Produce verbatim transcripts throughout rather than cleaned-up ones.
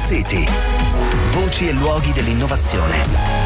City. Voci e luoghi dell'innovazione.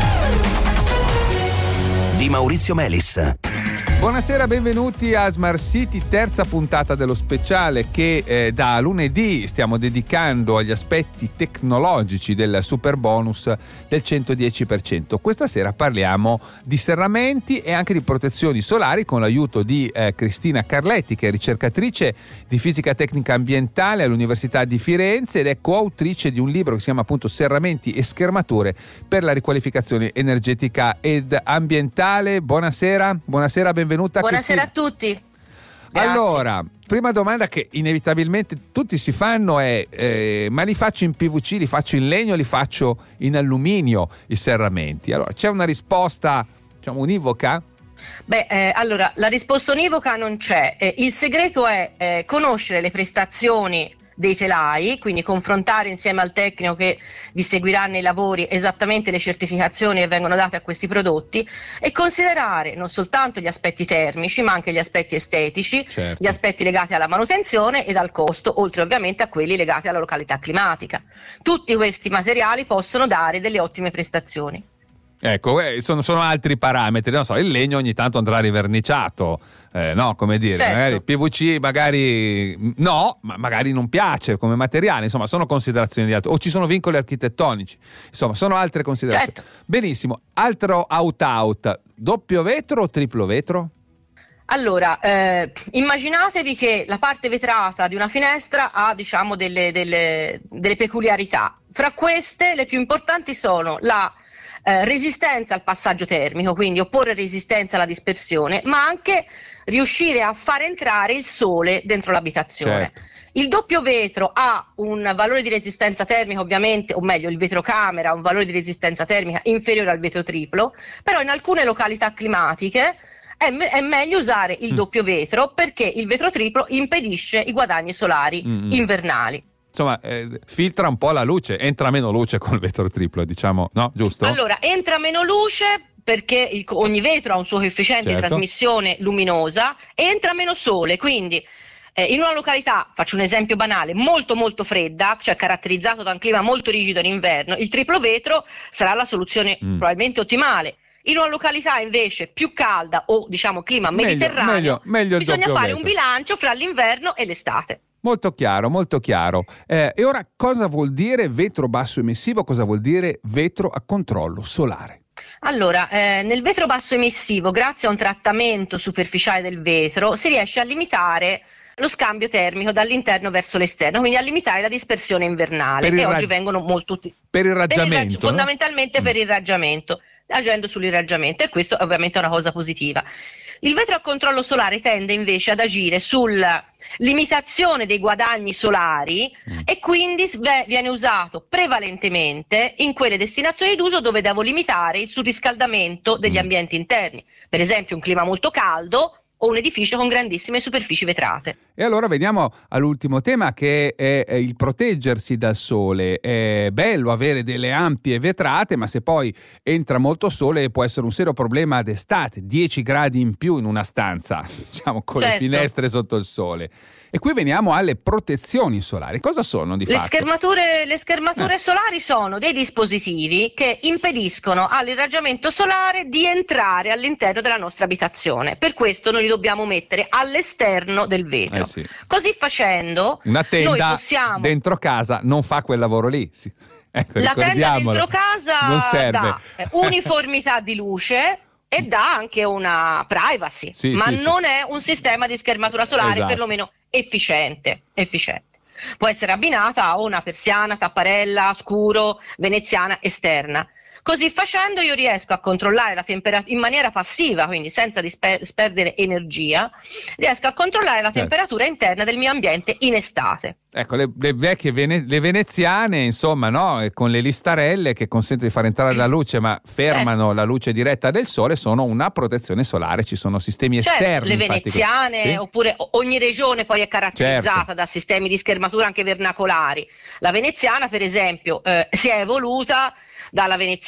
Di Maurizio Melis. Buonasera, benvenuti a Smart City, terza puntata dello speciale che eh, da lunedì stiamo dedicando agli aspetti tecnologici del super bonus del centodieci per cento. Questa sera parliamo di serramenti e anche di protezioni solari con l'aiuto di eh, Cristina Carletti, che è ricercatrice di fisica tecnica ambientale all'Università di Firenze ed è coautrice di un libro che si chiama appunto Serramenti e schermature per la riqualificazione energetica ed ambientale. Buonasera, buonasera, benvenuti. Buonasera Cristina. a tutti. Grazie. Allora, prima domanda che inevitabilmente tutti si fanno è eh, ma li faccio in P V C, li faccio in legno, li faccio in alluminio i serramenti? Allora, c'è una risposta, diciamo, univoca? Beh, eh, allora, la risposta univoca non c'è. Eh, il segreto è eh, conoscere le prestazioni dei telai, quindi confrontare insieme al tecnico che vi seguirà nei lavori esattamente le certificazioni che vengono date a questi prodotti e considerare non soltanto gli aspetti termici ma anche gli aspetti estetici, certo, gli aspetti legati alla manutenzione ed al costo, oltre ovviamente a quelli legati alla località climatica. Tutti questi materiali possono dare delle ottime prestazioni. Ecco, eh, sono, sono altri parametri, non so, il legno ogni tanto andrà riverniciato, eh, no, come dire, certo, magari il P V C magari no, ma magari non piace come materiale, insomma, sono considerazioni di altro, o ci sono vincoli architettonici, insomma, sono altre considerazioni. Certo. Benissimo, altro out-out, doppio vetro o triplo vetro? Allora, eh, immaginatevi che la parte vetrata di una finestra ha, diciamo, delle, delle, delle peculiarità. Fra queste, le più importanti sono la Eh, resistenza al passaggio termico, quindi opporre resistenza alla dispersione, ma anche riuscire a far entrare il sole dentro l'abitazione. Certo. Il doppio vetro ha un valore di resistenza termica ovviamente, o meglio il vetrocamera ha un valore di resistenza termica inferiore al vetro triplo, però in alcune località climatiche è, me- è meglio usare il mm. doppio vetro perché il vetro triplo impedisce i guadagni solari mm. invernali. Insomma, eh, filtra un po' la luce, entra meno luce col vetro triplo, diciamo, no? Giusto? Allora, entra meno luce perché il, ogni vetro ha un suo coefficiente certo. di trasmissione luminosa, e entra meno sole, quindi eh, in una località, faccio un esempio banale, molto molto fredda, cioè caratterizzato da un clima molto rigido in inverno, il triplo vetro sarà la soluzione mm. probabilmente ottimale. In una località invece più calda o diciamo clima meglio, mediterraneo, meglio, meglio bisogna fare vetro. un bilancio fra l'inverno e l'estate. Molto chiaro, molto chiaro. Eh, e ora cosa vuol dire vetro basso emissivo? Cosa vuol dire vetro a controllo solare? Allora, eh, nel vetro basso emissivo, grazie a un trattamento superficiale del vetro, si riesce a limitare lo scambio termico dall'interno verso l'esterno, quindi a limitare la dispersione invernale, che rag... oggi vengono molto utili. Per il raggiamento? Per il raggi- no? Fondamentalmente mm. per il raggiamento, agendo sull'irraggiamento, e questo ovviamente è una cosa positiva. Il vetro a controllo solare tende invece ad agire sulla limitazione dei guadagni solari mm. e quindi viene usato prevalentemente in quelle destinazioni d'uso dove devo limitare il surriscaldamento degli mm. ambienti interni, per esempio un clima molto caldo o un edificio con grandissime superfici vetrate. E allora veniamo all'ultimo tema, che è il proteggersi dal sole. È bello avere delle ampie vetrate, ma se poi entra molto sole può essere un serio problema d'estate, dieci gradi in più in una stanza, diciamo, con certo. le finestre sotto il sole. E qui veniamo alle protezioni solari. Cosa sono di le fatto? Schermature, le schermature eh. solari sono dei dispositivi che impediscono all'irraggiamento solare di entrare all'interno della nostra abitazione. Per questo noi li dobbiamo mettere all'esterno del vetro. Eh sì. Così facendo, una tenda noi possiamo... dentro casa non fa quel lavoro lì. Sì. Ecco, la tenda dentro casa non serve. dà uniformità di luce e dà anche una privacy, sì, ma sì, non sì. è un sistema di schermatura solare, esatto. perlomeno efficiente, efficiente. Può essere abbinata a una persiana, tapparella, scuro, veneziana esterna. Così facendo io riesco a controllare la temperatura in maniera passiva, quindi senza disper- sperdere energia, riesco a controllare la certo. temperatura interna del mio ambiente in estate. Ecco, le, le vecchie vene, le veneziane, insomma, no, con le listarelle che consentono di far entrare la luce ma fermano certo. la luce diretta del sole, sono una protezione solare, ci sono sistemi certo, esterni. le veneziane, che... sì? oppure ogni regione poi è caratterizzata certo. da sistemi di schermatura anche vernacolari. La veneziana, per esempio, eh, si è evoluta dalla veneziana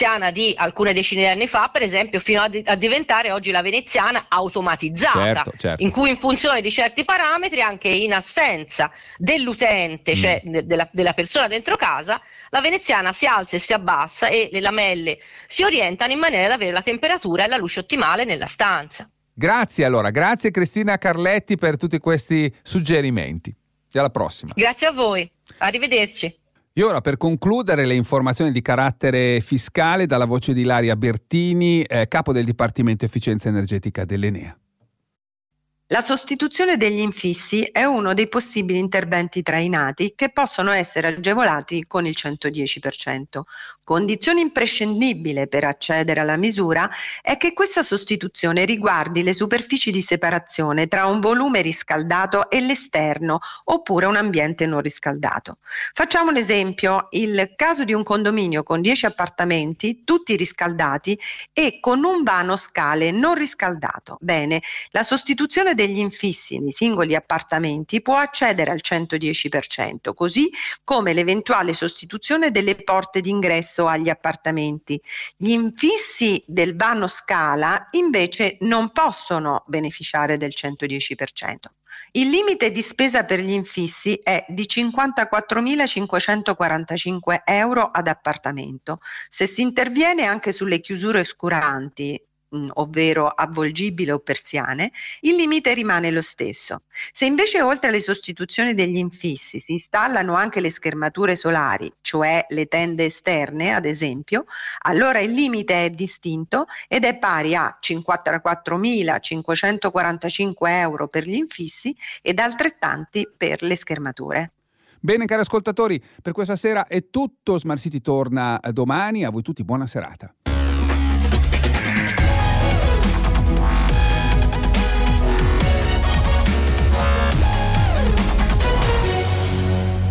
veneziana di alcune decine di anni fa, per esempio, fino a, di- a diventare oggi la veneziana automatizzata, certo, certo. in cui in funzione di certi parametri, anche in assenza dell'utente, mm. cioè de- della, della persona dentro casa, la veneziana si alza e si abbassa e le lamelle si orientano in maniera da avere la temperatura e la luce ottimale nella stanza. Grazie allora, grazie Cristina Carletti per tutti questi suggerimenti. E alla prossima. Grazie a voi, arrivederci. E ora, per concludere, le informazioni di carattere fiscale dalla voce di Ilaria Bertini, eh, capo del Dipartimento Efficienza Energetica dell'Enea. La sostituzione degli infissi è uno dei possibili interventi trainati che possono essere agevolati con il centodieci per cento. Condizione imprescindibile per accedere alla misura è che questa sostituzione riguardi le superfici di separazione tra un volume riscaldato e l'esterno, oppure un ambiente non riscaldato. Facciamo un esempio: il caso di un condominio con dieci appartamenti, tutti riscaldati, e con un vano scale non riscaldato. Bene, la sostituzione degli infissi nei singoli appartamenti può accedere al centodieci per cento, così come l'eventuale sostituzione delle porte d'ingresso agli appartamenti. Gli infissi del vano scala invece non possono beneficiare del centodieci per cento. Il limite di spesa per gli infissi è di cinquantaquattromilacinquecentoquarantacinque euro ad appartamento. Se si interviene anche sulle chiusure oscuranti, ovvero avvolgibile o persiane, il limite rimane lo stesso. Se invece oltre alle sostituzioni degli infissi si installano anche le schermature solari, cioè le tende esterne ad esempio, allora il limite è distinto ed è pari a cinquantaquattromilacinquecentoquarantacinque euro per gli infissi ed altrettanti per le schermature. Bene, cari ascoltatori, per questa sera è tutto. Smart City torna domani. A voi tutti buona serata.